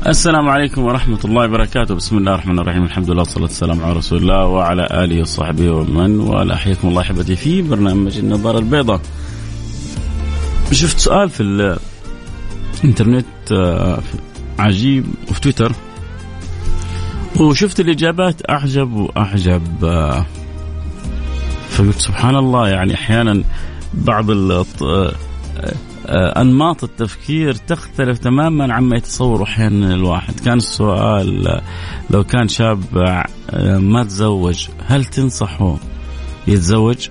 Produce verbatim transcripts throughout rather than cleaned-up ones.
السلام عليكم ورحمة الله وبركاته. بسم الله الرحمن الرحيم. الحمد لله والصلاة والسلام على رسول الله وعلى آله وصحبه ومن والاه. حياكم الله أحبتي في برنامج النظارة البيضاء. شفت سؤال في الانترنت عجيب وفي تويتر، وشفت الإجابات أعجب وأعجب، فقلت سبحان الله، يعني أحيانا بعض أنماط التفكير تختلف تماما عما يتصور أحيانا الواحد. كان السؤال: لو كان شاب ما تزوج هل تنصحه يتزوج؟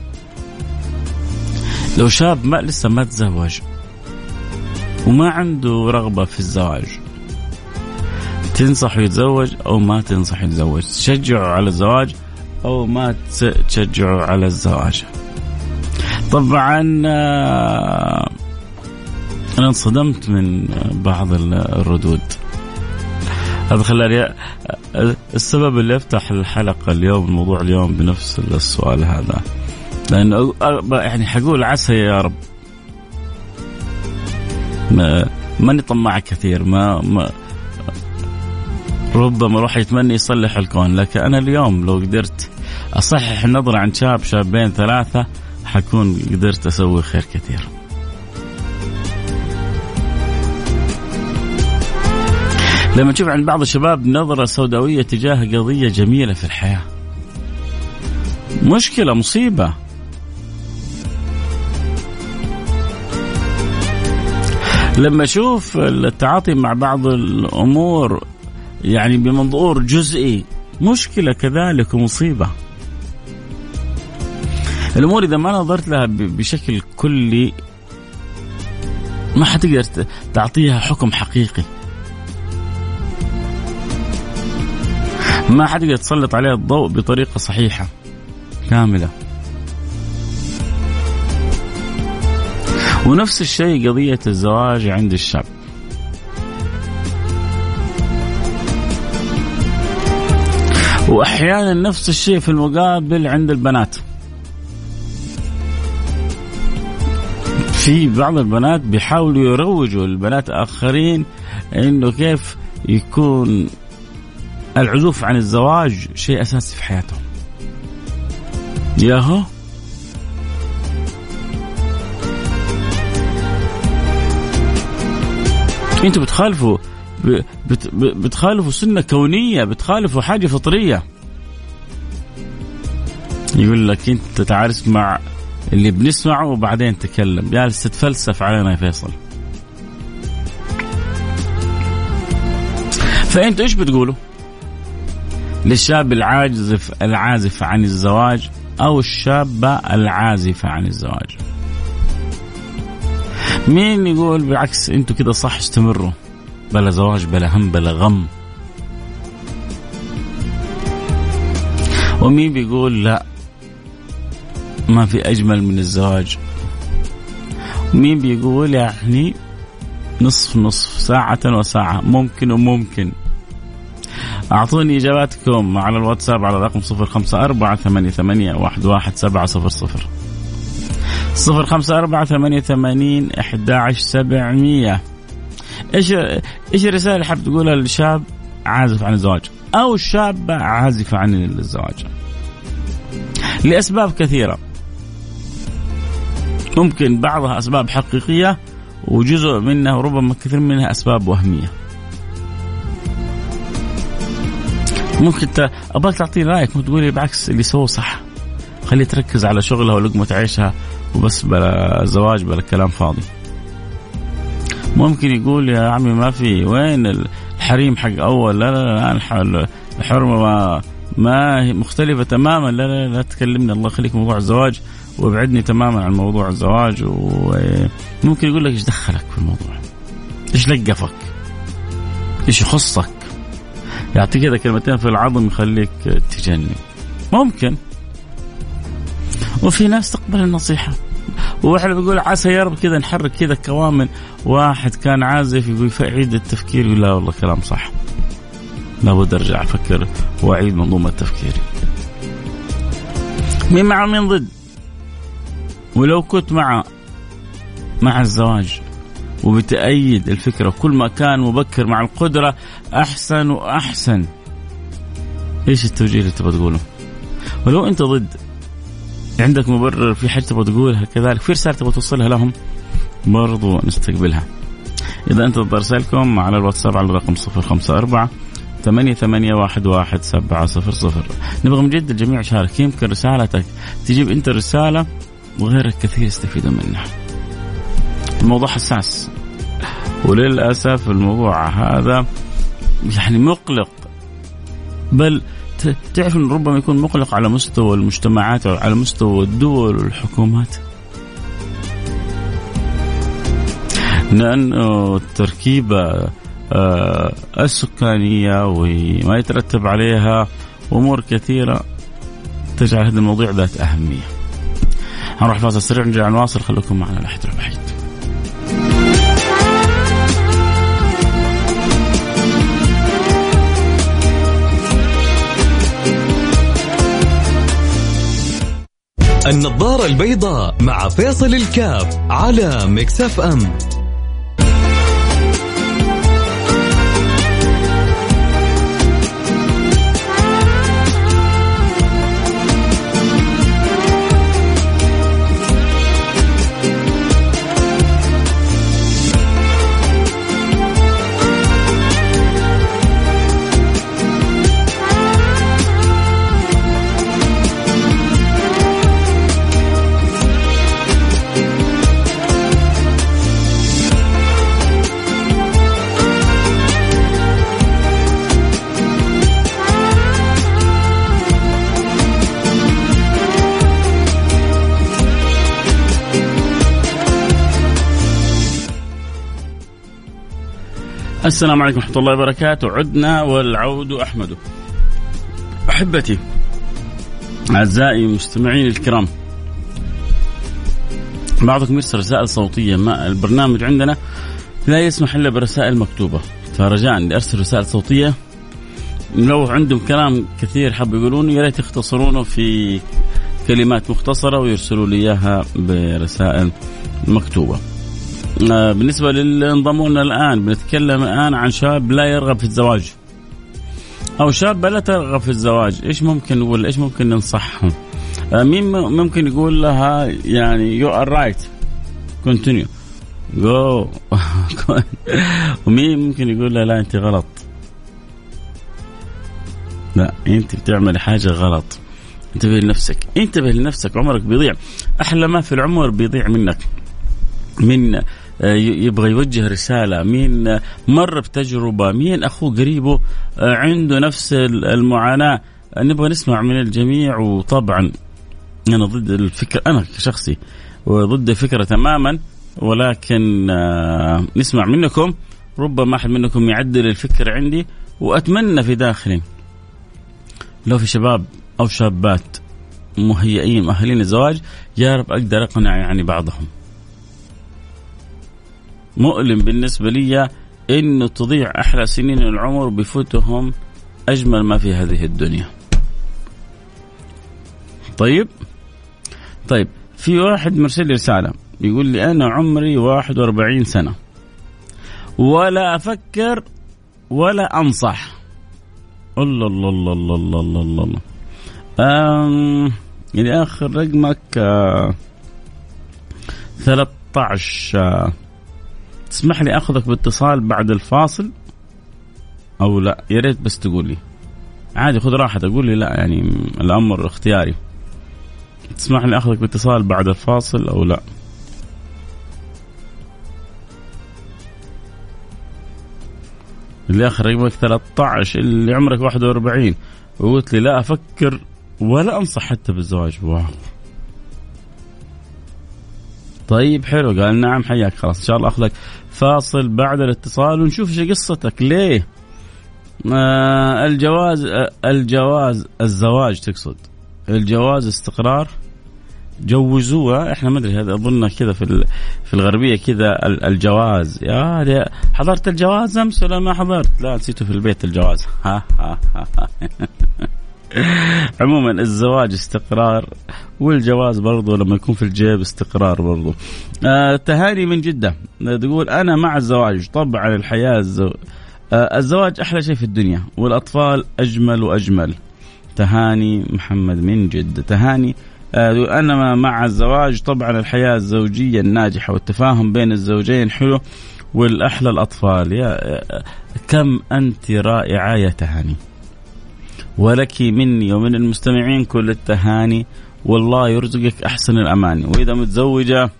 لو شاب ما لسه ما تزوج وما عنده رغبة في الزواج، تنصحه يتزوج أو ما تنصح يتزوج؟ تشجعه على الزواج أو ما تشجعه على الزواج؟ طبعا أنا انصدمت من بعض الردود. هذا خلاني السبب اللي أفتح الحلقة اليوم، الموضوع اليوم بنفس السؤال هذا، لأنه يعني حقول عسى يا رب، ما ماني طماع كثير، ما, ما ربما روح يتمنى يصلح الكون، لكن أنا اليوم لو قدرت أصحح النظرة عن شاب شابين ثلاثة حكون قدرت أسوي خير كثير. لما تشوف عند بعض الشباب نظرة سوداوية تجاه قضية جميلة في الحياة، مشكلة، مصيبة. لما أشوف التعاطي مع بعض الأمور يعني بمنظور جزئي، مشكلة كذلك ومصيبة. الأمور إذا ما نظرت لها بشكل كلي ما حتقدر تعطيها حكم حقيقي، ما حتقدر تسلط عليها الضوء بطريقة صحيحة كاملة. ونفس الشيء قضية الزواج عند الشاب. وأحيانا نفس الشيء في المقابل عند البنات. في بعض البنات بيحاولوا يروجوا البنات آخرين إنه كيف يكون العزوف عن الزواج شيء أساسي في حياتهم. ياهو انتوا بتخالفوا بت بتخالفوا سنة كونية، بتخالفوا حاجة فطرية. يقول لك انت تعال اسمع اللي بنسمعه وبعدين تكلم، جالس تتفلسف علينا يا فيصل. فانتوا ايش بتقولوا للشاب العازف العازف عن الزواج أو الشابة العازفة عن الزواج؟ مين يقول بالعكس انتوا كده صح، استمروا، بلا زواج بلا هم بلا غم؟ ومين بيقول لا، ما في أجمل من الزواج؟ ومين بيقول يعني نصف نصف، ساعة وساعة، ممكن وممكن؟ أعطوني إجاباتكم على الواتساب على رقم صفر خمسة أربعة ثمانية ثمانية واحد واحد سبعة صفر صفر صفر خمسة أربعة ثمانية ثمانين أحد عشر سبعمية. إيش إيش الرسالة اللي حاب تقولها للشاب عازف عن الزواج أو الشابة عازفة عن الزواج؟ لأسباب كثيرة، ممكن بعضها أسباب حقيقية وجزء منها وربما كثير منها أسباب وهمية. ممكن أبغاك تعطيني رأيك، ممكن تقولي بعكس اللي سووا صح، خلي تركز على شغلها ولقمة عيشها وبس، بلا زواج بلا كلام فاضي. ممكن يقول يا عمي ما في، وين الحريم حق أول؟ لا لا لا، الحرمة ما, ما مختلفة تماما، لا لا لا تكلمني، الله يخليك موضوع الزواج وابعدني تماما عن موضوع الزواج. وممكن يقول لك إيش دخلك في الموضوع، إيش لقفك، إيش يخصك، يعطيك كذا كلمتين في العظم يخليك تجنن. ممكن. وفي ناس تقبل النصيحة، وواحد بيقول عسى يا رب كذا نحرك كذا كوامن. واحد كان عازف يقول فأعيد التفكير، يقول لا والله كلام صح، لابد أرجع أفكر وأعيد منظومة تفكيري. مين مع مين ضد؟ ولو كنت مع مع الزواج وبتأيد الفكرة. كل ما كان مبكر مع القدرة أحسن وأحسن. إيش التوجيه اللي تبغى تقوله؟ ولو أنت ضد، عندك مبرر في حاجة تبغى تقولها، كذلك في رسالة تبغى توصلها لهم، برضو نستقبلها. إذا أنت ضد رسالكم على الواتساب على الرقم صفر خمسة أربعة ثمانية ثمانية واحد واحد سبعة صفر صفر. نبغى من جد الجميع يشارك، يمكن رسالتك تجيب أنت رسالة وغيرك كثير يستفيدوا منها. الموضوع حساس، وللأسف الموضوع هذا يعني مقلق، بل تعرف أن ربما يكون مقلق على مستوى المجتمعات وعلى مستوى الدول والحكومات، لأنه التركيبة السكانية وما يترتب عليها أمور كثيرة تجعل هذا الموضوع ذات أهمية. هنروح فاصل سريع نرجع نواصل، خليكم معنا لا تروحوا بعيد. النظارة البيضاء مع فيصل الكاف على ميكس اف ام. السلام عليكم ورحمة الله وبركاته. عدنا والعود أحمد. أحبتي أعزائي مستمعين الكرام، بعضكم يرسل رسائل صوتية، ما البرنامج عندنا لا يسمح إلا برسائل مكتوبة، فرجاء أرسل رسائل صوتية. لو عندهم كلام كثير حاب يقولون يا ريت يختصرونه في كلمات مختصرة ويرسلوا لي إياها برسائل مكتوبة. بالنسبة للانضمون الآن، بنتكلم الآن عن شاب لا يرغب في الزواج أو شاب لا ترغب في الزواج. إيش ممكن نقول؟ إيش ممكن ننصحهم؟ مين ممكن يقول لها يعني you are right continue go ومين ممكن يقول لها لا أنت غلط، لا أنت بتعمل حاجة غلط، انتبه لنفسك، انتبه لنفسك، عمرك بيضيع، أحلى ما في العمر بيضيع منك. من يبغى يوجه رسالة، مين مر بتجربة، مين أخوه قريبه عنده نفس المعاناة، نبغى نسمع من الجميع. وطبعا أنا ضد الفكرة، أنا كشخصي وضد الفكرة تماما، ولكن نسمع منكم، ربما أحد منكم يعدل الفكرة عندي. وأتمنى في داخلي لو في شباب أو شابات مهيئين مؤهلين الزواج، يا رب أقدر أقنع يعني بعضهم. مؤلم بالنسبة لي إنه تضيع أحلى سنين العمر بفوتهم أجمل ما في هذه الدنيا. طيب طيب في واحد مرسل رسالة يقول لي أنا عمري واحد وأربعين سنة ولا أفكر ولا أنصح. الله الله الله الله الله الله الله, الله. أم يعني آخر رقمك آه ثلاثة عشر. آه تسمح لي أخذك باتصال بعد الفاصل أو لا؟ يا ريت بس تقول لي عادي، خذ راحة، تقول لي لا يعني الأمر اختياري. تسمح لي أخذك باتصال بعد الفاصل أو لا؟ اللي آخر رقمك ثلاثة عشر اللي عمرك واحد وأربعين وقلت لي لا أفكر ولا أنصح حتى بالزواج. واو طيب حلو، قال نعم حياك، خلاص إن شاء الله أخذك فاصل بعد الاتصال ونشوف إيش قصتك. ليه آه الجواز آه الجواز الزواج تقصد الجواز استقرار، جوزوها احنا ما ادري، هذا اظن كذا في في الغربيه كذا الجواز. يا حضرت الجواز امس ولا ما حضرت؟ لا نسيته في البيت الجواز. ها ها ها عموما الزواج استقرار، والجواز برضو لما يكون في الجيب استقرار برضو. آه تهاني من جدة تقول أنا مع الزواج طبعا الحياة الزو... آه الزواج أحلى شيء في الدنيا، والأطفال أجمل وأجمل. تهاني محمد من جدة. تهاني آه أنا مع الزواج طبعا الحياة الزوجية الناجحة والتفاهم بين الزوجين حلو، والأحلى الأطفال. يا كم أنت رائعة يا تهاني، ولك مني ومن المستمعين كل التهاني، والله يرزقك أحسن الأماني. وإذا متزوجة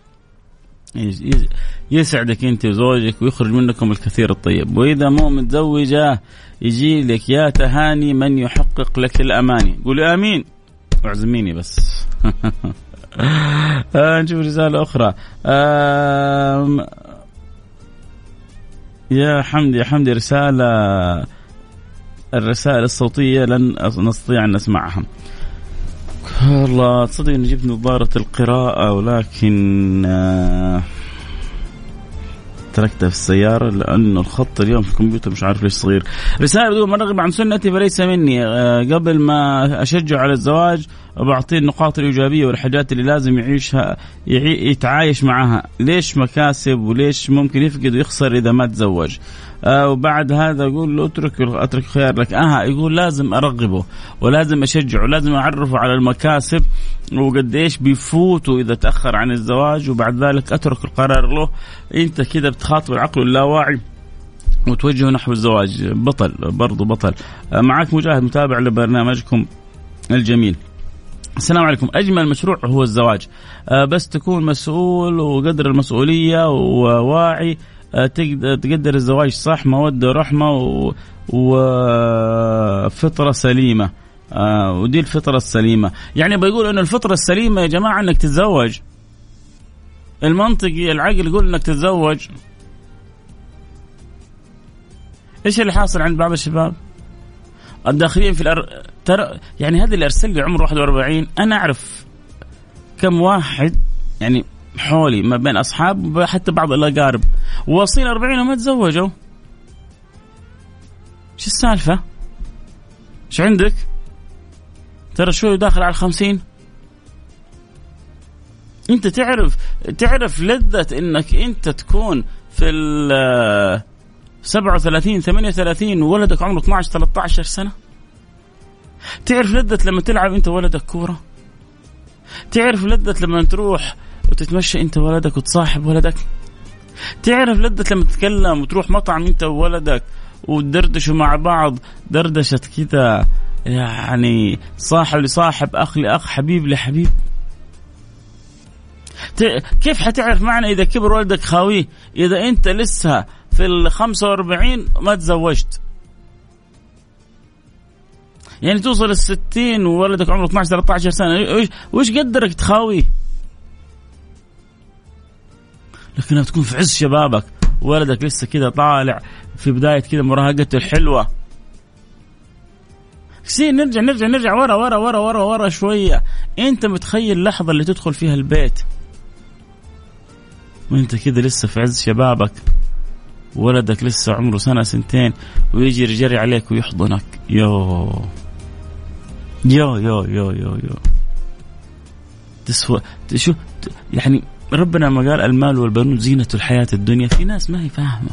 يسعدك أنت وزوجك ويخرج منكم الكثير الطيب، وإذا مو متزوجة يجي لك يا تهاني من يحقق لك الأماني. قولي آمين واعزميني بس. آه نشوف رسالة أخرى. آه يا حمدي يا حمدي رسالة، الرسائل الصوتية لن نستطيع أن نسمعها. الله تصدق أني جبت نظارة القراءة ولكن آه تركتها في السيارة لأنه الخط اليوم في الكمبيوتر مش عارف ليش صغير. رسالة بدون ما رغب عن سنتي فليس مني. آه قبل ما أشجع على الزواج بعطيه النقاط الإيجابية والحاجات اللي لازم يعيشها يتعايش معها، ليش مكاسب وليش ممكن يفقد ويخسر إذا ما تزوج. آه وبعد هذا أقول له اترك اترك خيار لك. أها يقول لازم أرغبه ولازم أشجعه ولازم أعرفه على المكاسب وقد إيش بيفوتوا إذا تأخر عن الزواج، وبعد ذلك أترك القرار له. أنت كده بتخاطب العقل اللاواعي وتوجهه نحو الزواج. بطل برضو بطل. آه معك مجاهد متابع لبرنامجكم الجميل. السلام عليكم. أجمل مشروع هو الزواج، آه بس تكون مسؤول وقدر المسؤولية وواعي، آه تقدر الزواج صح، مودة ورحمة وفطرة سليمة. آه ودي الفطرة السليمة. يعني بيقول أن الفطرة السليمة يا جماعة أنك تتزوج. المنطقي العقل يقول أنك تتزوج. إيش اللي حاصل عند بعض الشباب الداخلين في الأر... ترى يعني هذا اللي أرسل لي عمره واحد وأربعين، أنا أعرف كم واحد يعني حولي ما بين أصحاب حتى بعض الأقارب واصلين أربعين وما تزوجوا. شو السالفة؟ شو عندك؟ ترى شو داخل على الخمسين. أنت تعرف تعرف لذة إنك أنت تكون في ال سبعة وثلاثين ثمانية وثلاثين وولدك عمره اثنا عشر ثلاثة عشر سنة. تعرف لذة لما تلعب أنت ولدك كورة. تعرف لذة لما تروح وتتمشى أنت ولدك وتصاحب ولدك. تعرف لذة لما تتكلم وتروح مطعم أنت وولدك وتدردشوا مع بعض دردشة كذا، يعني صاحب لصاحب، أخ لأخ، حبيب لحبيب. كيف حتعرف معنى إذا كبر ولدك خاويه إذا أنت لسه في الخمسة وأربعين ما تزوجت؟ يعني توصل الستين وولدك عمره اثنا عشر ثلاثة عشر سنة، وش قدرك تخاويه؟ لكنها تكون في عز شبابك ولدك لسه كده طالع في بداية كده مراهقته الحلوة. كسين نرجع نرجع نرجع ورا ورا ورا ورا ورا شوية. انت متخيل اللحظة اللي تدخل فيها البيت وانت كده لسه في عز شبابك، ولدك لسه عمره سنة سنتين ويجي يجري عليك ويحضنك. يو يو يو يو يو يو تسوى شو يعني. ربنا ما قال المال والبنون زينة الحياة الدنيا؟ في ناس ما هي فاهمة،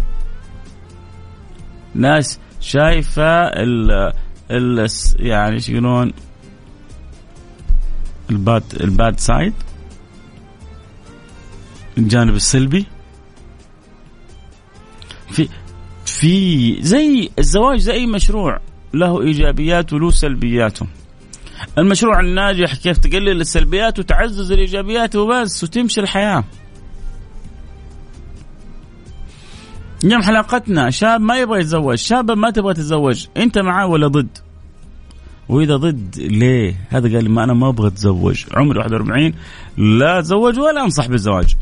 ناس شايفة ال ال يعني ايش يقولون الباد الباد سايد، الجانب السلبي. في في زي الزواج زي أي مشروع له إيجابيات وله سلبياته. المشروع الناجح كيف تقلل السلبيات وتعزز الإيجابيات وبس وتمشي الحياة. اليوم حلقتنا شاب ما يبغى يتزوج، شاب ما تبغى تتزوج، أنت معاه ولا ضد؟ وإذا ضد ليه؟ هذا قال لي ما أنا ما أبغى أتزوج، عمري واحد وأربعين، لا أتزوج ولا أنصح بالزواج.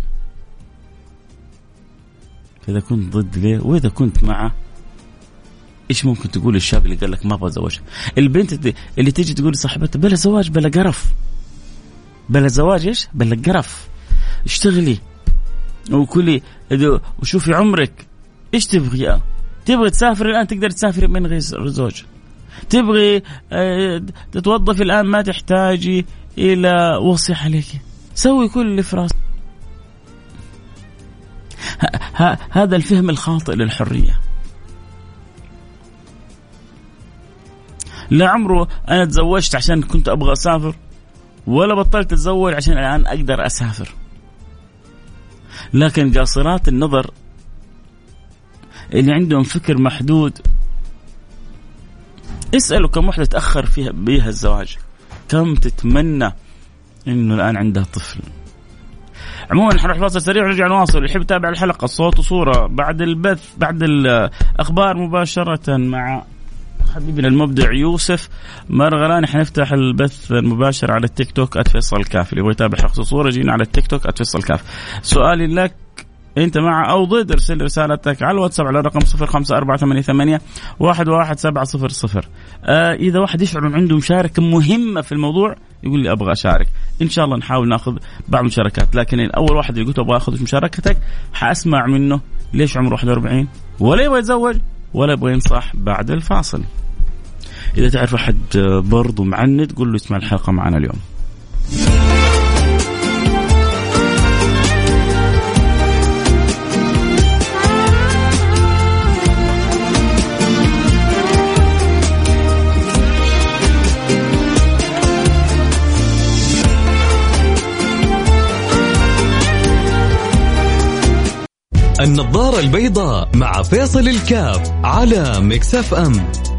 إذا كنت ضد ليه؟ وإذا كنت معه إيش ممكن تقول الشاب اللي قال لك ما أبغى أتزوج؟ البنت اللي تيجي تقول لصاحبتها بلا زواج بلا قرف، بلا زواج إيش؟ بلا قرف، اشتغلي وكلي وشوفي عمرك إيش تبغي. تبغي تسافر الآن تقدر تسافر من غير زوج، تبغي تتوظف الآن ما تحتاجي إلى وصي عليك، سوي كل اللي في راسك. هذا الفهم الخاطئ للحرية. لا عمره أنا تزوجت عشان كنت أبغى أسافر، ولا بطلت أتزوج عشان الآن أقدر أسافر. لكن قاصرات النظر اللي عندهم فكر محدود، اسألوا كم واحدة تأخر فيها بيها الزواج، كم تتمنى إنه الآن عندها طفل. عموما نروح فاصل سريع ونرجع نواصل. يحب يتابع الحلقة صوت وصورة بعد البث بعد الأخبار مباشرة مع حبيبنا المبدع يوسف مرغلاني. حنفتح البث المباشر على التيك توك @فيصل كاف. اللي يبغى يتابع حلقة صورة جينا على التيك توك @فيصل كاف. سؤالي لك، أنت مع أو ضد؟ ارسل رسالتك على الواتساب على الرقم صفر خمسة أربعة ثمانية ثمانية واحد واحد سبعة صفر صفر. آه إذا واحد يشعر أن عنده مشاركة مهمة في الموضوع يقول لي أبغى أشارك، إن شاء الله نحاول نأخذ بعض المشاركات. لكن الأول واحد يقول أبغى أخذ مشاركتك حأسمع منه ليش عمره واحد وأربعين ولا يبغى يتزوج ولا يبغى ينصح بعد الفاصل. إذا تعرف أحد برضو معند قول له اسمع الحلقة معنا اليوم. النظارة البيضاء مع فيصل الكاف على ميكس اف ام.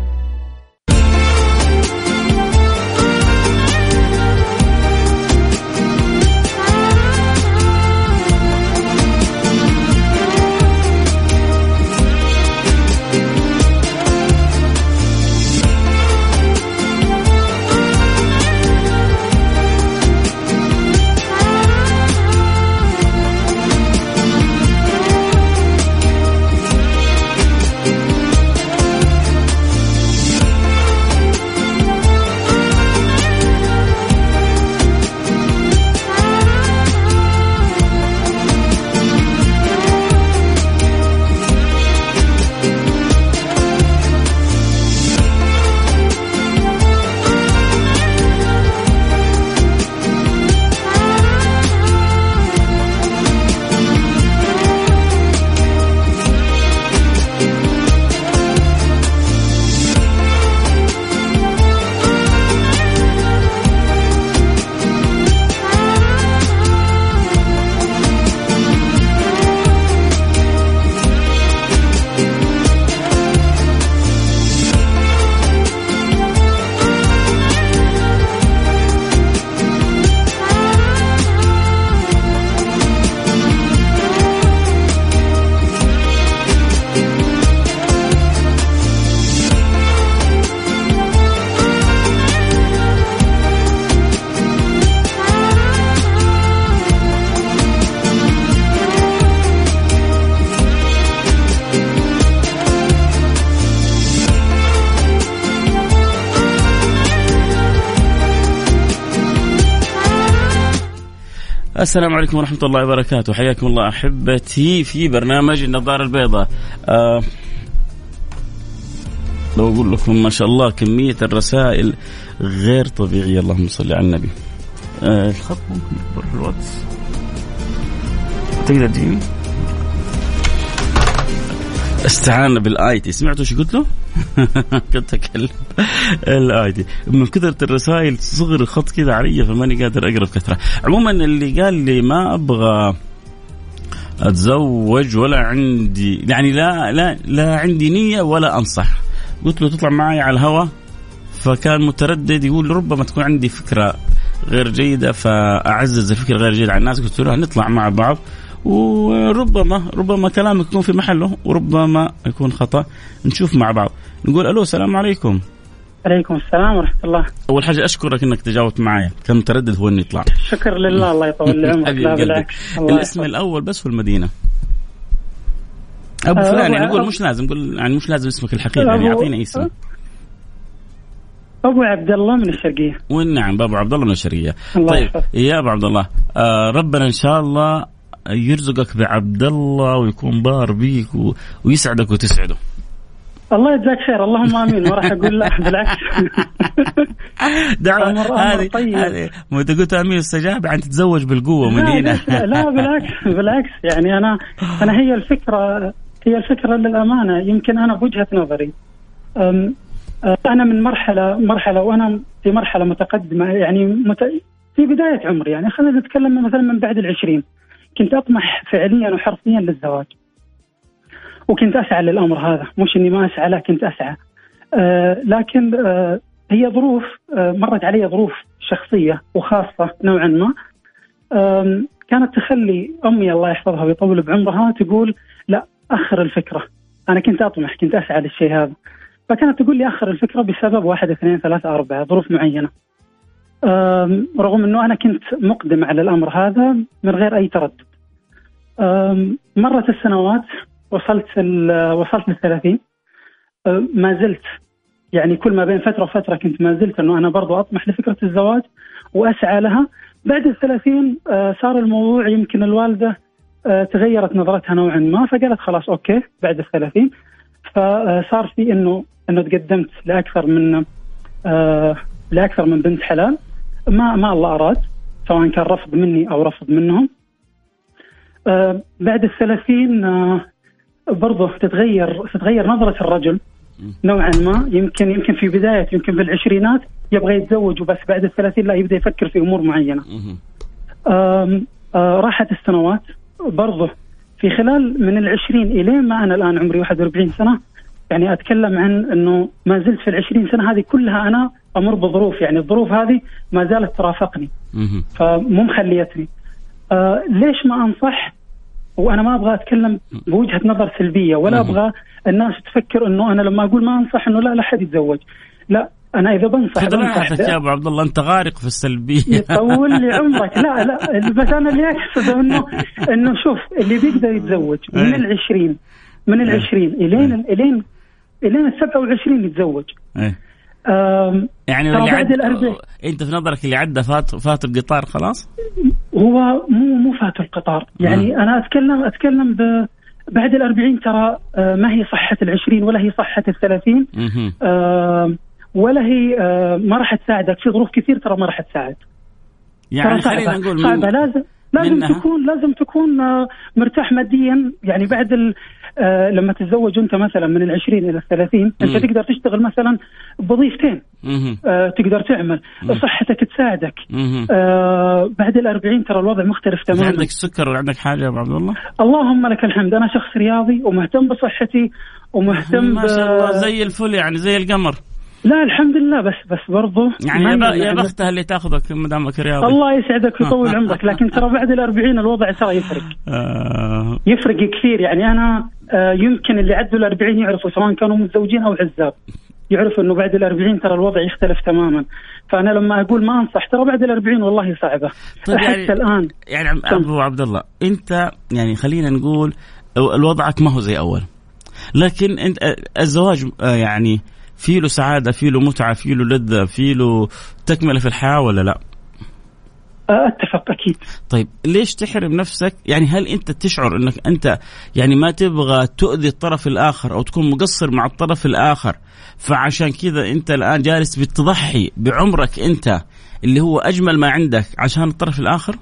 السلام عليكم ورحمة الله وبركاته. حياكم الله أحبتي في برنامج النظارة البيضاء. أه لو أقول لكم ما شاء الله كمية الرسائل غير طبيعية، اللهم صل على النبي. أه الخط ممكن يكبر في الواتس، تقدر تجيني؟ استعان بالاي تي. سمعتوا شو قلت له؟ كنت اكلم الاي تي من كثرة الرسائل صغر الخط كذا علي فماني قادر اقرا بكثرة. عموما اللي قال لي ما ابغى اتزوج ولا عندي يعني لا لا لا عندي نية ولا انصح، قلت له تطلع معي على الهواء، فكان متردد يقول ربما تكون عندي فكرة غير جيدة فاعزز الفكرة غير جيدة على الناس. قلت له نطلع مع بعض وربما ربما كلامك يكون في محله وربما يكون خطأ، نشوف مع بعض. نقول ألو السلام عليكم. عليكم السلام ورحمة الله. أول حاجة أشكرك إنك تجاوبت معايا، كان متردد هو إني يطلع. شكر لله الله يطول عمرك. لا بالعكس. الاسم الأول بس والمدينة. أبو أه فلان يعني نقول مش لازم نقول يعني مش لازم اسمك الحقيقي يعني يعطينا اسم. أبو عبد الله من الشرقية. والنعم بابو عبد الله من الشرقية. طيب يا أبو عبد الله آه ربنا إن شاء الله يرزقك بعبد الله ويكون بار بيك و... ويسعدك وتسعده. الله يجزاك خير، اللهم امين. ما راح اقول لا بالعكس. دعوة هذه هذه مو تقول امين استجاب عن تتزوج بالقوه من هنا. لا بالعكس بالعكس، يعني انا انا هي الفكره هي الفكره للامانه. يمكن انا بوجهه نظري انا من مرحله مرحله وانا في مرحله متقدمه، يعني مت... في بدايه عمري، يعني خلينا نتكلم مثلا من بعد العشرين كنت اطمح فعليا وحرفيا للزواج، وكنت أسعى للأمر هذا، مش إني ما أسعى، لا كنت أسعى. آه لكن آه هي ظروف، آه مرت علي ظروف شخصية وخاصة نوعا ما، آه كانت تخلي أمي الله يحفظها ويطول بعمرها تقول لا أخر الفكرة. أنا كنت أطمح، كنت أسعى للشيء هذا، فكانت تقول لي أخر الفكرة بسبب واحد اثنين ثلاثة أربعة ظروف معينة. آه رغم أنه أنا كنت مقدم على الأمر هذا من غير أي تردد. آه مرت السنوات، وصلت وصلت للثلاثين، ما زلت يعني كل ما بين فترة وفترة كنت ما زلت أنه أنا برضو أطمح لفكرة الزواج وأسعى لها. بعد الثلاثين صار الموضوع، يمكن الوالدة تغيرت نظرتها نوعا ما، فقالت خلاص أوكي بعد الثلاثين. فصار في إنه إنه تقدمت لأكثر من لأكثر من بنت حلال، ما ما الله أراد، سواء كان رفض مني أو رفض منهم. بعد الثلاثين برضه تتغير تتغير نظرة الرجل نوعا ما. يمكن يمكن في بداية يمكن في العشرينات يبغى يتزوج، وبس بعد الثلاثين لا، يبدأ يفكر في أمور معينة. آم آم راحت السنوات برضه في خلال من العشرين إلى ما أنا الآن عمري واحد وأربعين سنة، يعني أتكلم عن أنه ما زلت في العشرين سنة هذه كلها أنا أمر بظروف، يعني الظروف هذه ما زالت ترافقني، فمو مخليتني. آه ليش ما أنصح؟ وأنا ما أبغى أتكلم بوجهة نظر سلبية، ولا أبغى الناس تفكر إنه أنا لما أقول ما أنصح إنه لا لا حد يتزوج. لا، أنا إذا بنصح بنصح يا أبو عبد الله، أنت غارق في السلبية. يطول لي عمرك. لا لا، بس أنا اللي أقصد إنه إنه شوف، اللي بيقدر يتزوج من العشرين من العشرين إلين إلين إلين السبعة والعشرين يتزوج. يعني اللي عد... انت في نظرك اللي عدى فات فات القطار خلاص؟ هو مو مو فات القطار، يعني م. انا اتكلم اتكلم ب... بعد الأربعين ترى ما هي صحة العشرين ولا هي صحة الثلاثين، آه ولا هي آه ما راح تساعدك في ظروف كثير، ترى ما راح تساعد. يعني خلينا نقول صعبة. من... لازم لازم منها. تكون لازم تكون آه مرتاح ماديا. يعني بعد ال... آه لما تتزوج أنت مثلا من العشرين إلى الثلاثين، أنت تقدر تشتغل مثلا بوظيفتين، آه تقدر تعمل، مم. صحتك تساعدك. آه بعد الأربعين ترى الوضع مختلف تماما. عندك سكر ولا عندك حاجة يا أبو عبد الله؟ اللهم لك الحمد، أنا شخص رياضي ومهتم بصحتي ومهتم ما شاء الله زي الفل، يعني زي القمر. لا الحمد لله، بس بس برضو يعني يا بختها اللي تاخذك مدامك رياضي. الله يسعدك ويطول عمرك. لكن ترى بعد الأربعين الوضع ترى يفرق يفرق كثير. يعني أنا يمكن اللي عدوا الأربعين يعرفوا، سواء كانوا متزوجين أو عزاب، يعرفوا إنه بعد الأربعين ترى الوضع يختلف تمامًا. فأنا لما أقول ما أنصح، ترى بعد الأربعين والله صعبة. طيب حتى يعني الآن يعني أبو عبد الله، أنت يعني خلينا نقول الوضعك ما هو زي أول، لكن أنت الزواج يعني في له سعادة، في له متعة، في له لذة، في له تكملة في الحياة ولا لا؟ أتفق أكيد. طيب ليش تحرم نفسك؟ يعني هل أنت تشعر أنك أنت يعني ما تبغى تؤذي الطرف الآخر أو تكون مقصر مع الطرف الآخر، فعشان كذا أنت الآن جالس بتضحي بعمرك أنت اللي هو أجمل ما عندك عشان الطرف الآخر؟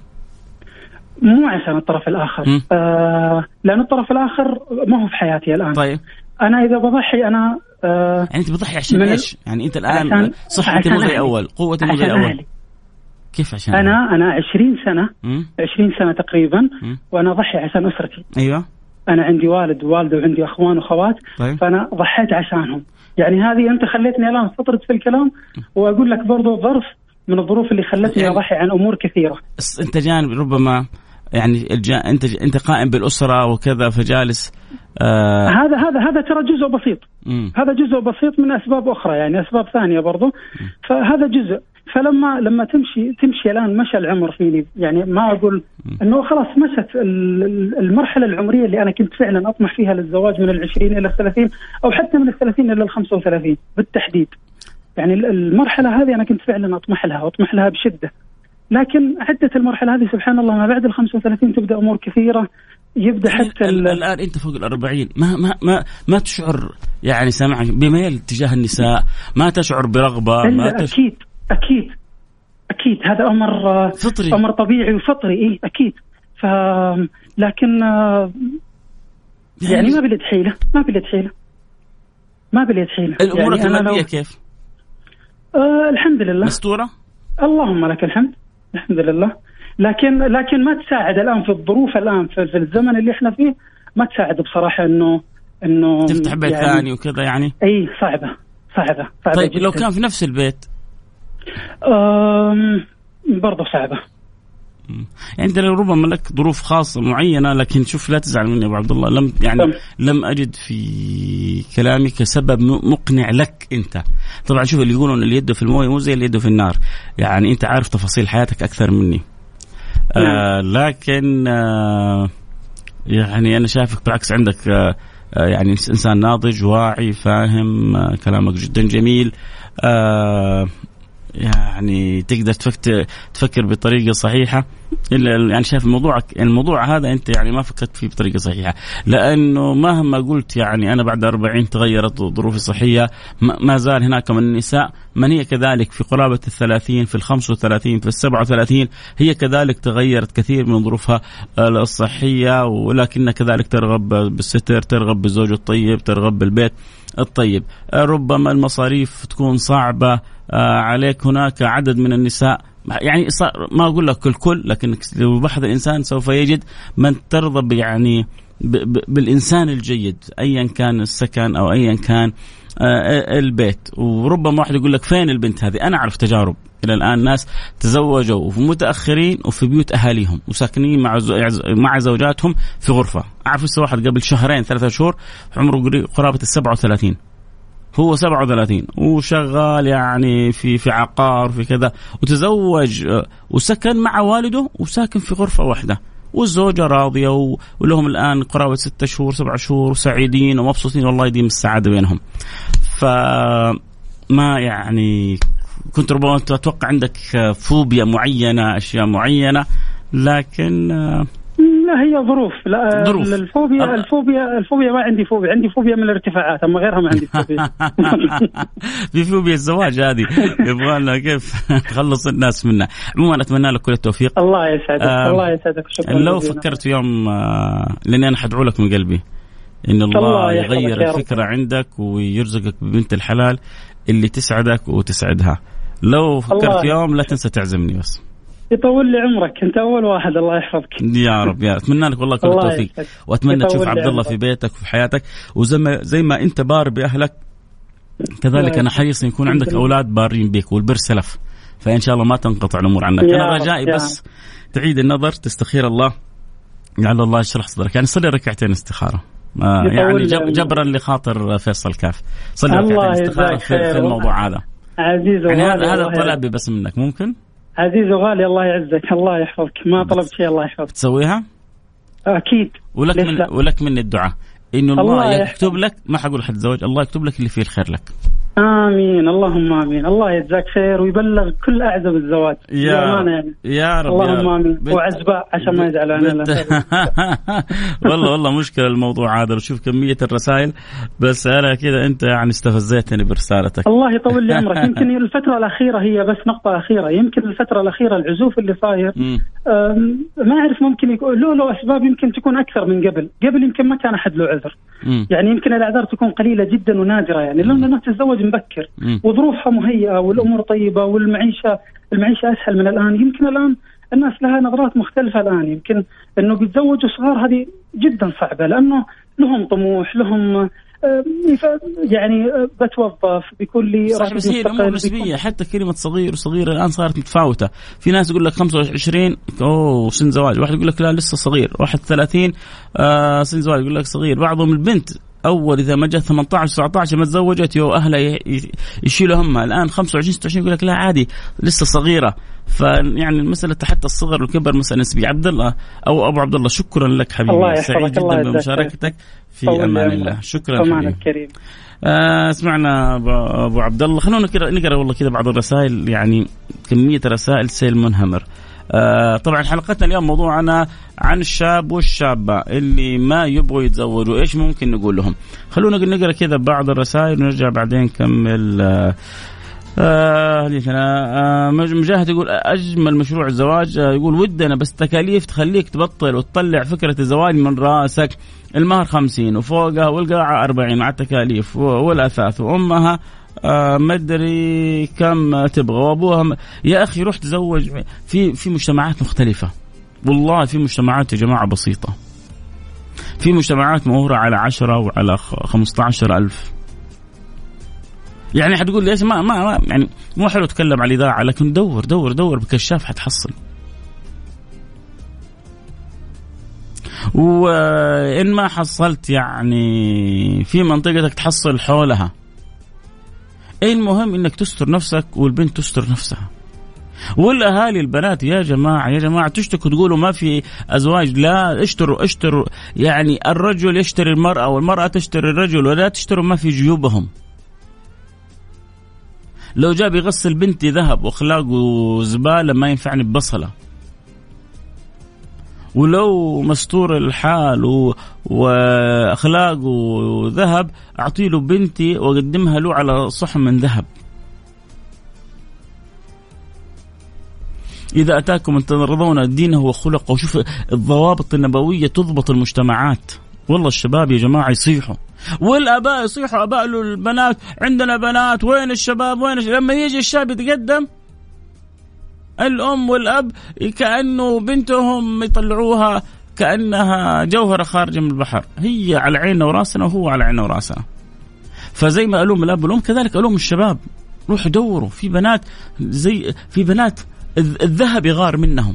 مو عشان الطرف الآخر، آه لأن الطرف الآخر ما هو في حياتي الآن. طيب أنا إذا بضحي أنا آه يعني أنت بضحي عشان إيش؟ يعني أنت الآن صحتي مو زي أول، قوتي مو زي أول. كيف عشان أنا أنا عشرين سنة م? عشرين سنة تقريبا م? وأنا ضحي عشان أسرتي. أيوة. أنا عندي والد ووالدة وعندي أخوان وأخوات. طيب. فأنا ضحيت عشانهم. يعني هذه أنت خليتني الآن استطرد في الكلام وأقول لك برضو ظرف من الظروف اللي خلتني يعني أضحي عن أمور كثيرة. أنت جانب ربما يعني الجا... أنت أنت قائم بالأسرة وكذا فجالس آه... هذا هذا هذا ترى جزء بسيط. م. هذا جزء بسيط من أسباب أخرى، يعني أسباب ثانية برضو. م. فهذا جزء. فلما لما تمشي تمشي الآن مشى العمر فيني، يعني ما أقول إنه خلاص مشت المرحلة العمرية اللي أنا كنت فعلا أطمح فيها للزواج من العشرين إلى الثلاثين، أو حتى من الثلاثين إلى الخمسة وثلاثين بالتحديد. يعني المرحلة هذه أنا كنت فعلا أطمح لها وأطمح لها بشدة. لكن عدة المرحلة هذه سبحان الله ما بعد ال خمسة وثلاثين تبدأ أمور كثيرة، يبدأ حتى الآن أنت فوق الأربعين ما ما ما ما تشعر يعني سامع بميل تجاه النساء، ما تشعر برغبة؟ ما تش... أكيد أكيد أكيد هذا أمر فطري، أمر طبيعي وفطري، إيه أكيد. ف لكن يعني, يعني ما بلد حيلة ما بلد حيلة ما بلد حيلة. الأمور يعني المادية كيف؟ آه الحمد لله مستورة، اللهم لك الحمد، الحمد لله. لكن لكن ما تساعد الآن في الظروف الآن في الزمن اللي احنا فيه، ما تساعد بصراحة إنه إنه تفتح بيت يعني ثاني وكذا يعني. أي صعبة صعبة صعبة طيب جداً. لو كان في نفس البيت أم برضه صعبة. يعني أنت ربما لك ظروف خاصة معينة، لكن شوف لا تزعل مني أبو عبد الله، لم يعني طبعا. لم أجد في كلامك سبب مقنع لك أنت. طبعا شوف اللي يقولون اللي يده في المويه مو زي اللي يده في النار، يعني أنت عارف تفاصيل حياتك أكثر مني. آه لكن آه يعني أنا شايفك بالعكس عندك آه يعني إنسان ناضج واعي فاهم، آه كلامك جدا جميل، آه يعني تقدر تفكر تفكر بطريقة صحيحة. يعني شايف الموضوع الموضوع هذا أنت يعني ما فكرت فيه بطريقة صحيحة، لأنه مهما قلت يعني أنا بعد أربعين تغيرت ظروفي الصحية، ما زال هناك من النساء من هي كذلك في قرابة الثلاثين، في الخمس وثلاثين، في السبعة وثلاثين، هي كذلك تغيرت كثير من ظروفها الصحية، ولكنها كذلك ترغب بالستر، ترغب بالزوج الطيب، ترغب بالبيت الطيب. ربما المصاريف تكون صعبة عليك، هناك عدد من النساء يعني ما أقول لك الكل، لكن لو بحث الإنسان سوف يجد من ترضى يعني بالإنسان الجيد أيا كان السكن أو أيا كان البيت. وربما واحد يقول لك فين البنت هذه؟ أنا أعرف تجارب إلى الآن ناس تزوجوا وفي متأخرين وفي بيوت أهاليهم وساكنين مع مع زوجاتهم في غرفة. أعرف لسه واحد قبل شهرين ثلاثة شهور عمره قرابة السبعة وثلاثين، هو سبعة وثلاثين وشغال يعني في في عقار في كذا، وتزوج وسكن مع والده وساكن في غرفة واحدة، والزوجة راضية ولهم الآن قرابة ستة شهور سبعة شهور سعيدين ومبسوطين، والله يديم السعادة بينهم. فما يعني كنت ربما أتوقع عندك فوبيا معينة، أشياء معينة، لكن لا هي ظروف. لا ظروف. الفوبيا أه. الفوبيا الفوبيا ما عندي فوبيا، عندي فوبيا من الارتفاعات، أما غيرها ما عندي فوبيا. في فوبيا الزواج هذه يبغى كيف نخلص الناس منها. عموما أتمنى لك كل التوفيق. الله يسعدك. آه الله يسعدك. شكرا. لو فكرت يوم آه لأني أنا حدعو لك من قلبي إن الله, الله يغير الفكرة عندك ويرزقك ببنت الحلال اللي تسعدك وتسعدها. لو فكرت يوم لا تنسى تعزمني بس. يطول لي عمرك، انت اول واحد، الله يحفظك يا رب. يا اتمنى لك والله كل التوفيق، واتمنى تشوف عبد الله في بيتك وفي حياتك، وزي ما زي ما انت بار باهلك كذلك انا حريص يكون عندك اولاد بارين بك، والبر سلف، فان شاء الله ما تنقطع الامور عنك. انا رجائي بس تعيد النظر، تستخير الله، لعل الله يشرح صدرك. يعني صلي ركعتين استخاره آه يعني جبرا لخاطر فيصل كاف، صلي ركعتين استخاره في, في الموضوع هذا عزيز. يعني هذا طلبي بس منك، ممكن عزيز وغالي، الله يعزك، الله يحفظك، ما طلبت شيء، الله يحفظك. تسويها أكيد. ولك من ولك من الدعاء إنه الله, الله يكتب لك، ما حقول حد زواج، الله يكتب لك اللي فيه الخير لك. آمين، اللهم آمين. الله يجزاك خير ويبلغ كل أعزب الزواج يا يعني. يا رب اللهم يا آمين. بت... وعزباء عشان ما يزعل عننا. والله والله مشكلة الموضوع هذا، وشوف كمية الرسائل، بس أنا كذا أنت يعني استفزيتني برسالتك. الله يطول لي عمرك. يمكن الفترة الأخيرة هي بس نقطة أخيرة، يمكن الفترة الأخيرة العزوف اللي صاير ما أعرف، ممكن يكون له له أسباب، يمكن تكون أكثر من قبل. قبل يمكن ما كان أحد له عذر، يعني يمكن الأعذار تكون قليلة جدا ونادرة، يعني لأن الناس تتزوج مبكر وظروفها مهيئة والأمور طيبة والمعيشة المعيشة أسهل من الآن. يمكن الآن الناس لها نظرات مختلفة الآن، يمكن أنه بيتزوجوا صغار هذه جدا صعبة، لأنه لهم طموح، لهم يعني بتوظف بيكون لي صح. بس هي الأمور نسبية، حتى كلمة صغير وصغيرة الآن صارت متفاوتة. في ناس يقول لك خمسة وعشرين أوه سن زواج، واحد يقول لك لا لسه صغير، واحد ثلاثين آه سن زواج يقول لك صغير. بعضهم البنت أول إذا ما جاء ثمانية عشر تسعة عشر ما تزوجت يو أهلها يشيلوا همها. الآن خمسة وعشرين ستة وعشرين يقول لك لا عادي لسه صغيرة. فيعني المسألة حتى الصغر والكبر مسألة نسبية. عبد الله أو أبو عبد الله شكرا لك حبيبي، سعيد جدا بمشاركتك في أمان الله. شكرا حبيبي. آه سمعنا أبو عبد الله. خلونا نقرأ والله كذا بعض الرسائل، يعني كمية رسائل سيل منهمر. آه طبعا حلقتنا اليوم موضوعنا عن الشاب والشابة اللي ما يبغوا يتزوجوا، إيش ممكن نقول لهم. خلونا نقرأ كذا بعض الرسائل ونرجع بعدين نكمل. آه آه آه مجاهد يقول أجمل مشروع الزواج، آه يقول ودنا بس تكاليف تخليك تبطل وتطلع فكرة الزواج من راسك. المهر خمسين وفوقها والقاعة أربعين مع التكاليف والأثاث وأمها آه مدري كم تبغى وأبوها م... يا أخي روح تزوج في في مجتمعات مختلفة. والله في مجتمعات يا جماعة بسيطة، في مجتمعات مهورة على عشرة وعلى خمسة عشر ألف. يعني حتقول ليش ما ما, ما يعني مو حلو أتكلم على الإذاعة، لكن دور دور دور بكشاف حتحصل. وإن ما حصلت يعني في منطقتك تحصل حولها. إيه المهم إنك تستر نفسك والبنت تستر نفسها. والأهالي البنات يا جماعة يا جماعة تشتكوا تقولوا ما في أزواج، لا اشتروا اشتروا يعني الرجل يشتري المرأة والمرأة تشتري الرجل، ولا تشتروا ما في جيوبهم. لو جاب يغسل بنتي ذهب وأخلاقه زبالة ما ينفعني ببصلة، ولو مستور الحال و... وأخلاقه ذهب أعطي له بنتي وأقدمها له على صحن من ذهب. إذا أتاكم من ترضون دينه وخلقه. وشوف الضوابط النبوية تضبط المجتمعات. والله الشباب يا جماعة يصيحوا والآباء يصيحوا أباء البنات، عندنا بنات وين الشباب وين الشباب. لما يجي الشاب يتقدم الأم والأب كأنه بنتهم يطلعوها كأنها جوهرة خارجة من البحر. هي على عيننا وراسنا وهو على عيننا وراسنا. فزي ما ألوم الأب والأم كذلك ألوم الشباب. روحوا دوروا في بنات، زي في بنات الذهب يغار منهم،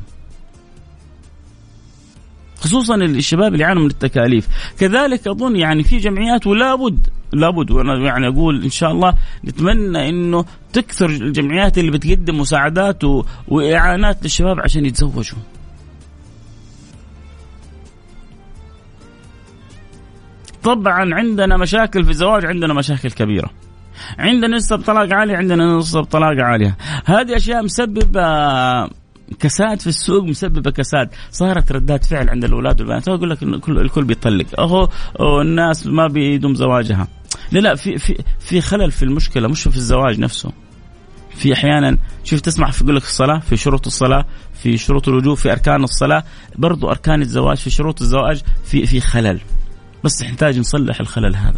خصوصا الشباب اللي يعانوا من التكاليف. كذلك أظن يعني في جمعيات ولا بد لابد وأنا يعني أقول إن شاء الله نتمنى إنه تكثر الجمعيات اللي بتقدم مساعدات و... وإعانات للشباب عشان يتزوجوا. طبعا عندنا مشاكل في الزواج، عندنا مشاكل كبيرة، عندنا نسبة طلاق عالية، عندنا نسبة طلاق عالية. هذه أشياء مسببة كساد في السوق، مسببة كساد. صارت ردات فعل عند الأولاد والبنات. أقول لك الكل الكل بيطلق، أهو الناس ما بيدوم زواجها. لا لا في في في خلل في المشكلة، مش في الزواج نفسه. في أحيانا شوف تسمع في يقول لك الصلاة، في شروط الصلاة، في شروط الوجوب، في أركان الصلاة، برضو أركان الزواج، في شروط الزواج في في خلل. بس نحتاج نصلح الخلل هذا.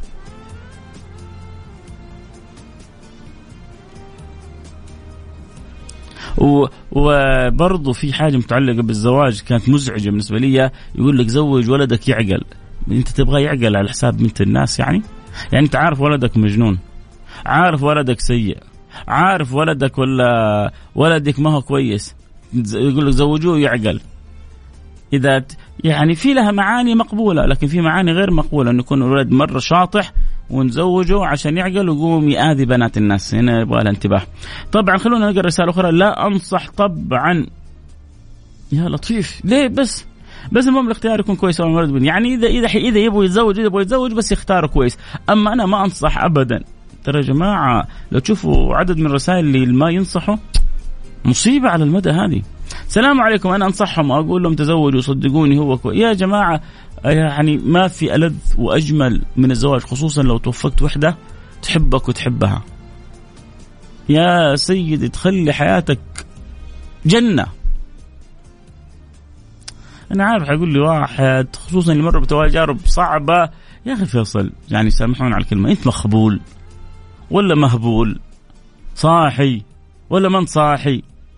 وبرضو في حاجة متعلقة بالزواج كانت مزعجة بالنسبة لي. يقول لك زوج ولدك يعقل. أنت تبغى يعقل على حساب بنت الناس؟ يعني يعني أنت عارف ولدك مجنون، عارف ولدك سيء، عارف ولدك ولا ولدك ما هو كويس، يقول لك زوجوه يعقل. إذا يعني في لها معاني مقبولة، لكن في معاني غير مقبولة أن يكون الولد مرة شاطح ونزوجه عشان يعقل ويقوم يآذي بنات الناس. هنا يبغى الانتباه. طبعا خلونا نقرأ رسالة أخرى. لا أنصح طبعا يا لطيف. ليه بس بس المهم الاختيار يكون كويس. يعني إذا إذا إذا يبغوا يتزوج إذا يبغوا يتزوج بس يختاروا كويس. أما أنا ما أنصح أبدا. ترى يا جماعة لو تشوفوا عدد من الرسائل اللي ما ينصحوا مصيبة على المدى هذه. السلام عليكم، أنا أنصحهم وأقول لهم تزوجوا صدقوني هو كويس. يا جماعة يعني ما في ألذ وأجمل من الزواج، خصوصا لو توفقت وحدة تحبك وتحبها. يا سيدي تخلي حياتك جنة. أنا عارف حيقول لي واحد خصوصا اللي مر بتجارب صعبة، يا أخي فيصل يعني سامحون على الكلمة، أنت مخبول ولا مهبول؟ صاحي ولا من صاحي؟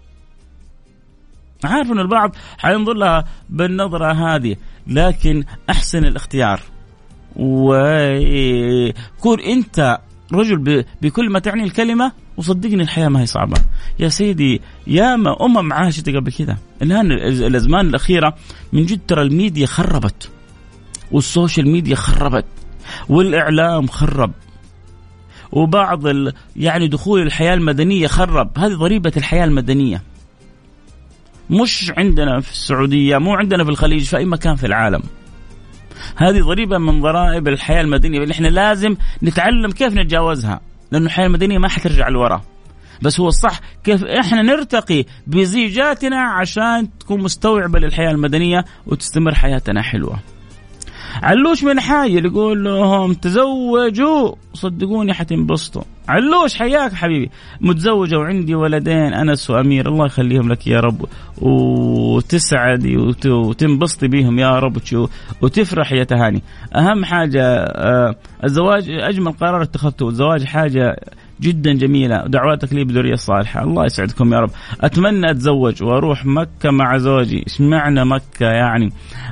عارف أن البعض حينظر لها بالنظرة هذه، لكن أحسن الاختيار وكون أنت رجل بكل ما تعني الكلمة. وصدقني الحياة ما هي صعبة يا سيدي. ياما أمم عاشت قبل كذا. الآن الأزمان الأخيرة من جد ترى الميديا خربت والسوشيال ميديا خربت. والإعلام خرب، وبعض ال... يعني دخول الحياة المدنية خرب. هذه ضريبة الحياة المدنية، مش عندنا في السعودية، مو عندنا في الخليج، في أي مكان في العالم. هذه ضريبة من ضرائب الحياة المدنية اللي احنا لازم نتعلم كيف نتجاوزها، لأنه الحياة المدنية ما حترجع لورا. بس هو الصح كيف احنا نرتقي بزيجاتنا عشان تكون مستوعبة للحياة المدنية وتستمر حياتنا حلوة. علوش من حايل يقول لهم تزوجوا، صدقوني حتنبسطوا. علوش حياك حبيبي، متزوجة وعندي ولدين أنس وأمير، الله يخليهم لك يا رب، وتسعدي وتنبسطي بيهم يا رب وتفرح يا تهاني. أهم حاجة الزواج، أجمل قرار اتخذته الزواج، حاجة جدا جميلة. دعواتك لي بذرية صالحة، الله يسعدكم يا رب. أتمنى أتزوج وأروح مكة مع زوجي. إيش معنى مكة يعني؟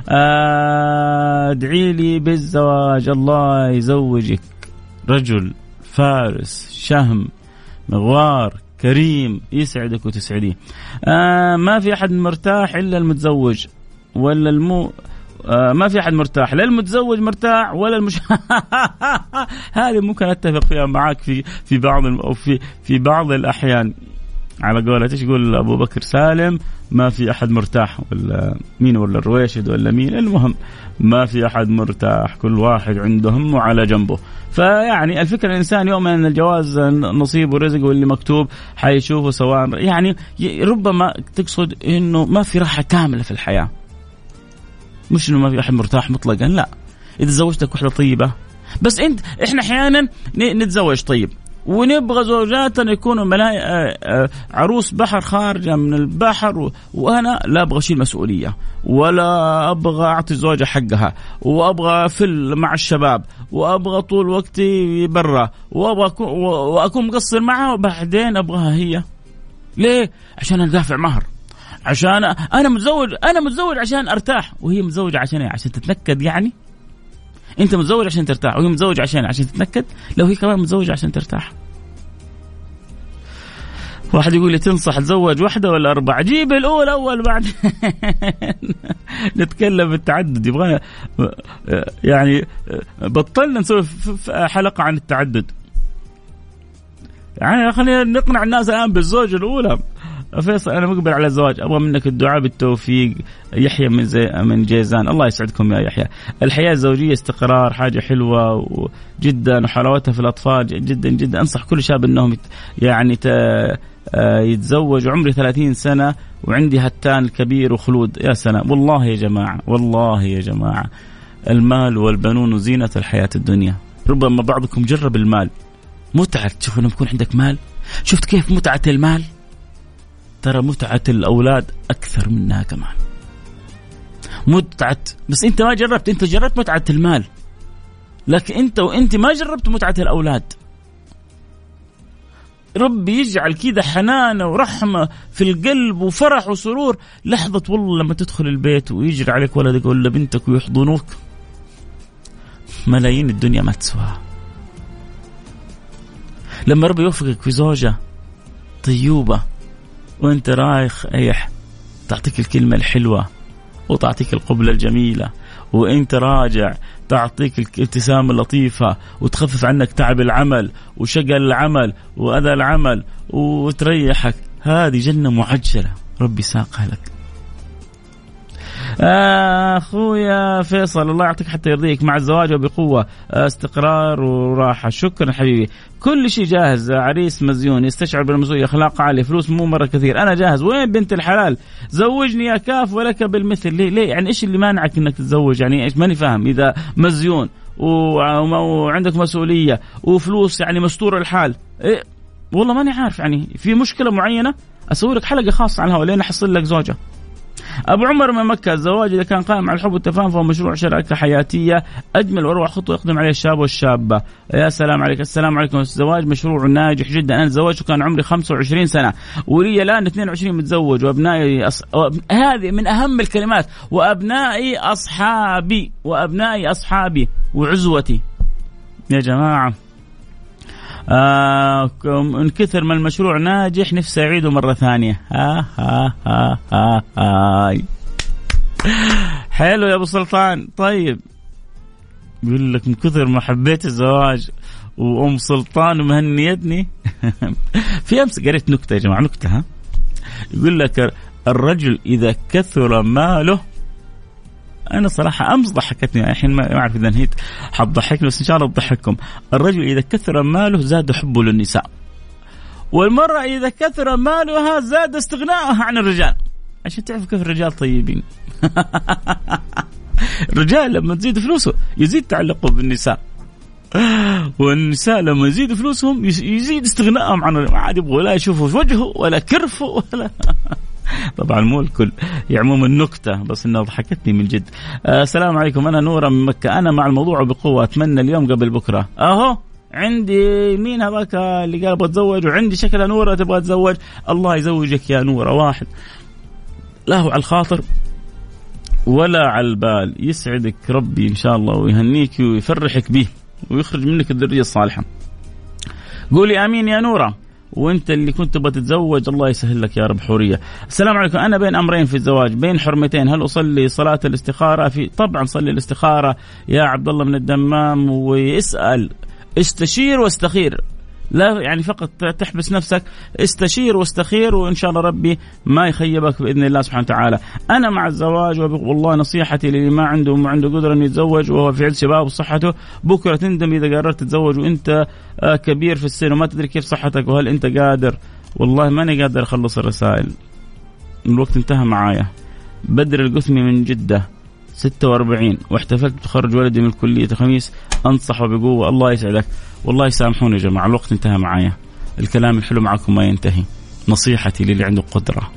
أدعي لي بالزواج، الله يزوجك رجل فارس شهم مغوار كريم يسعدك وتسعديه. آه ما في أحد مرتاح إلا المتزوج ولا المو آه ما في أحد مرتاح، لا المتزوج مرتاح ولا المش هذه ممكن أتفق فيها معك في في بعض أو في في بعض الأحيان. على قولة ايش يقول أبو بكر سالم، ما في أحد مرتاح، ولا مين، ولا الرويشد ولا مين، المهم ما في أحد مرتاح، كل واحد عنده همه على جنبه. فيعني الفكرة الإنسان يوم أن الجواز نصيب ورزق، واللي مكتوب حيشوفه سواء. يعني ربما تقصد إنه ما في راحة كاملة في الحياة، مش إنه ما في أحد مرتاح مطلقا، لا. إذا زوجتك وحدة طيبة، بس أنت إحنا أحيانا نتزوج طيب ونبغى زوجاتنا يكونوا ملاي عروس بحر خارجة من البحر، وأنا لا أبغى شيء مسؤولية، ولا أبغى أعطي الزوجة حقها، وأبغى فل مع الشباب، وأبغى طول وقتي برا، وأبغى أكون, وأكون مقصر معها، وبعدين أبغاها هي. ليه؟ عشان أدافع مهر، عشان أنا متزوج أنا متزوج عشان أرتاح، وهي متزوجة عشان عشان تتنكد. يعني أنت متزوج عشان ترتاح، وهي متزوجة عشان عشان تتنكد. لو هي كمان متزوجة عشان ترتاح. واحد يقول لي تنصح تزوج واحدة ولا أربعة؟ جيب الأول أول بعد نتكلم بالتعدد. يبغى يعني بطلنا نسوي حلقة عن التعدد، يعني خلينا نقنع الناس الآن بالزوجة الأولى. فيصل أنا مقبل على الزواج، أبغى منك الدعاء بالتوفيق. يحيى من زي من جيزان، الله يسعدكم يا يحيى. الحياة الزوجية استقرار، حاجة حلوة جدا، وحلاوتها في الأطفال جدا جدا. أنصح كل شاب أنهم يعني يتزوج. عمري ثلاثين سنة وعندي هتان الكبير وخلود. يا سلام، والله يا جماعة، والله يا جماعة، المال والبنون زينة الحياة الدنيا. ربما بعضكم جرب المال، متعة. تشوف لما يكون عندك مال، شفت كيف متعة المال؟ ترى متعة الأولاد أكثر منها كمان. متعة، بس أنت ما جربت، أنت جربت متعة المال، لكن أنت وأنت ما جربت متعة الأولاد. ربي يجعل كده حنانة ورحمة في القلب وفرح وسرور لحظة والله لما تدخل البيت ويجري عليك ولدك ولا بنتك ويحضنوك. ملايين الدنيا ما تسواها. لما ربي يوفقك في زوجة طيوبة وانت رايح ايح، تعطيك الكلمة الحلوة وتعطيك القبلة الجميلة، وانت راجع تعطيك الابتسامة اللطيفة وتخفف عنك تعب العمل وشقل العمل وأذى العمل وتريحك. هذه جنة معجلة ربي ساقها لك. أخويا فيصل الله يعطيك حتى يرضيك، مع الزواج وبقوة، استقرار وراحة. شكرا حبيبي، كل شيء جاهز. عريس مزيون يستشعر بالمسؤولية، أخلاق عالية، فلوس مو مرة كثير، أنا جاهز. وين بنت الحلال؟ زوجني يا كاف ولك بالمثل. ليه ليه يعني إيش اللي مانعك إنك تتزوج؟ يعني إيش ماني فاهم. إذا مزيون وعندك مسؤولية وفلوس يعني مستور الحال، إيه والله ماني عارف، يعني في مشكلة معينة أسوي لك حلقة خاصة عنها ولين أحصل لك زوجة. أبو عمر من مكة، الزواج إذا كان قائم على الحب والتفاهم فهو مشروع شراكة حياتية أجمل وأروع خطوة يقدم عليه الشاب والشابة. يا سلام عليك. السلام عليكم. الزواج مشروع ناجح جدا. أنا تزوجت وكان عمري خمسة وعشرين سنة ولي الآن اثنين وعشرين متزوج، وأبنائي أص... هذه من أهم الكلمات، وأبنائي أصحابي وأبنائي أصحابي وعزوتي. يا جماعة آه من كثر ما المشروع ناجح نفسي أعيده مرة ثانية. ها ها ها ها ها. حلو يا أبو سلطان. طيب يقول لك من كثر ما حبيت الزواج وأم سلطان ومهنيتني. في أمس قريت نكتة يا جماعة، نكتة ها، يقول لك الرجل إذا كثر ماله، أنا صراحة أمس ضحكتني، الحين ما أعرف إذا نهيت حتضحكني بس إن شاء الله تضحككم. الرجل إذا كثر ماله زاد حبه للنساء، والمرأة إذا كثر مالها زاد استغناءها عن الرجال. عشان تعرفوا كيف الرجال طيبين. الرجال لما تزيد فلوسه يزيد تعلقه بالنساء، والنساء لما يزيد فلوسهم يزيد استغناءهم عن، ما عاد يبغوا لا يشوفوا وجهه ولا كرفه ولا. طبعا مو الكل يعموم النكتة، بس إنها ضحكتني من جد. آه السلام عليكم، أنا نورة من مكة، أنا مع الموضوع بقوة، أتمنى اليوم قبل بكرة. أهو عندي مين هذاك اللي قال بتزوج، وعندي شكلها نورة تبغى تزوج. الله يزوجك يا نورة، واحد لا هو على الخاطر ولا على البال، يسعدك ربي إن شاء الله ويهنيك ويفرحك به ويخرج منك الذرية الصالحة. قولي آمين يا نورة. وانت اللي كنت بتتزوج الله يسهل لك يا رب حورية. السلام عليكم، أنا بين أمرين في الزواج، بين حرمتين، هل أصلي صلاة الاستخارة؟ في طبعا صلي الاستخارة يا عبد الله من الدمام، ويسأل استشير واستخير، لا يعني فقط تحبس نفسك، استشير واستخير، وإن شاء الله ربي ما يخيبك بإذن الله سبحانه وتعالى. أنا مع الزواج، والله نصيحتي للي ما عنده وما عنده قدرة أن يتزوج وهو في عز شباب وصحته، بكرة تندم إذا قررت تتزوج وإنت كبير في السن وما تدري كيف صحتك وهل أنت قادر. والله ماني قادر أخلص الرسائل، الوقت انتهى معايا. بدر القثمي من جدة ستة وأربعين، واحتفلت بتخرج ولدي من الكلية الخميس، أنصحه بقوة. الله يسعدك. والله يسامحوني يا جماعة، الوقت انتهى معايا، الكلام الحلو معكم ما ينتهي. نصيحتي للي عنده قدرة،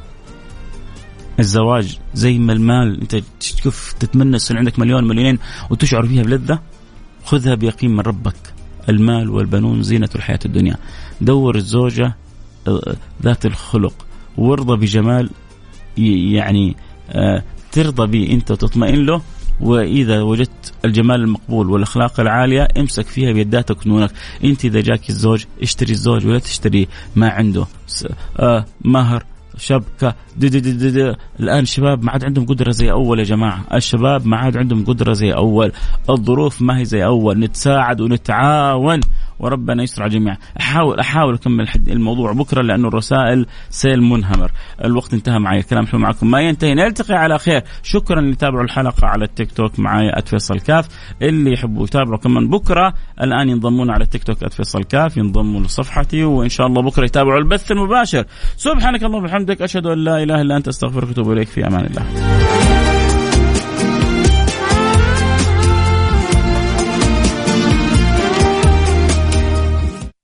الزواج زي ما المال، انت تشوف تتمنى يصير عندك مليون مليونين وتشعر فيها بلذة، خذها بيقين من ربك. المال والبنون زينة الحياة الدنيا. دور الزوجة ذات الخلق وارضى بجمال يعني ترضى به انت وتطمئن له. وإذا وجدت الجمال المقبول والأخلاق العالية امسك فيها بيداتك ونونك. انت إذا جاك الزوج اشتري الزوج ولا تشتري ما عنده آه مهر شبكة. دي دي دي دي. الآن الشباب ما عاد عندهم قدرة زي أول يا جماعة، الشباب ما عاد عندهم قدرة زي أول، الظروف ما هي زي أول، نتساعد ونتعاون وربنا يسر على الجميع. أحاول أحاول أكمل الموضوع بكرة لأنه الرسائل سيل منهمر. الوقت انتهى معي، الكلام حلو معكم ما ينتهي. نلتقي على خير. شكرا اللي تابعوا الحلقة على التيك توك معي @فيصل كاف، اللي يحبوا يتابعوا كمان بكرة الآن ينضمون على التيك توك @فيصل كاف، ينضموا لصفحتي، وإن شاء الله بكرة يتابعوا البث المباشر. سبحانك اللهم وبحمدك، أشهد أن لا إله إلا أنت، أستغفرك وأتوب إليك، في أمان الله.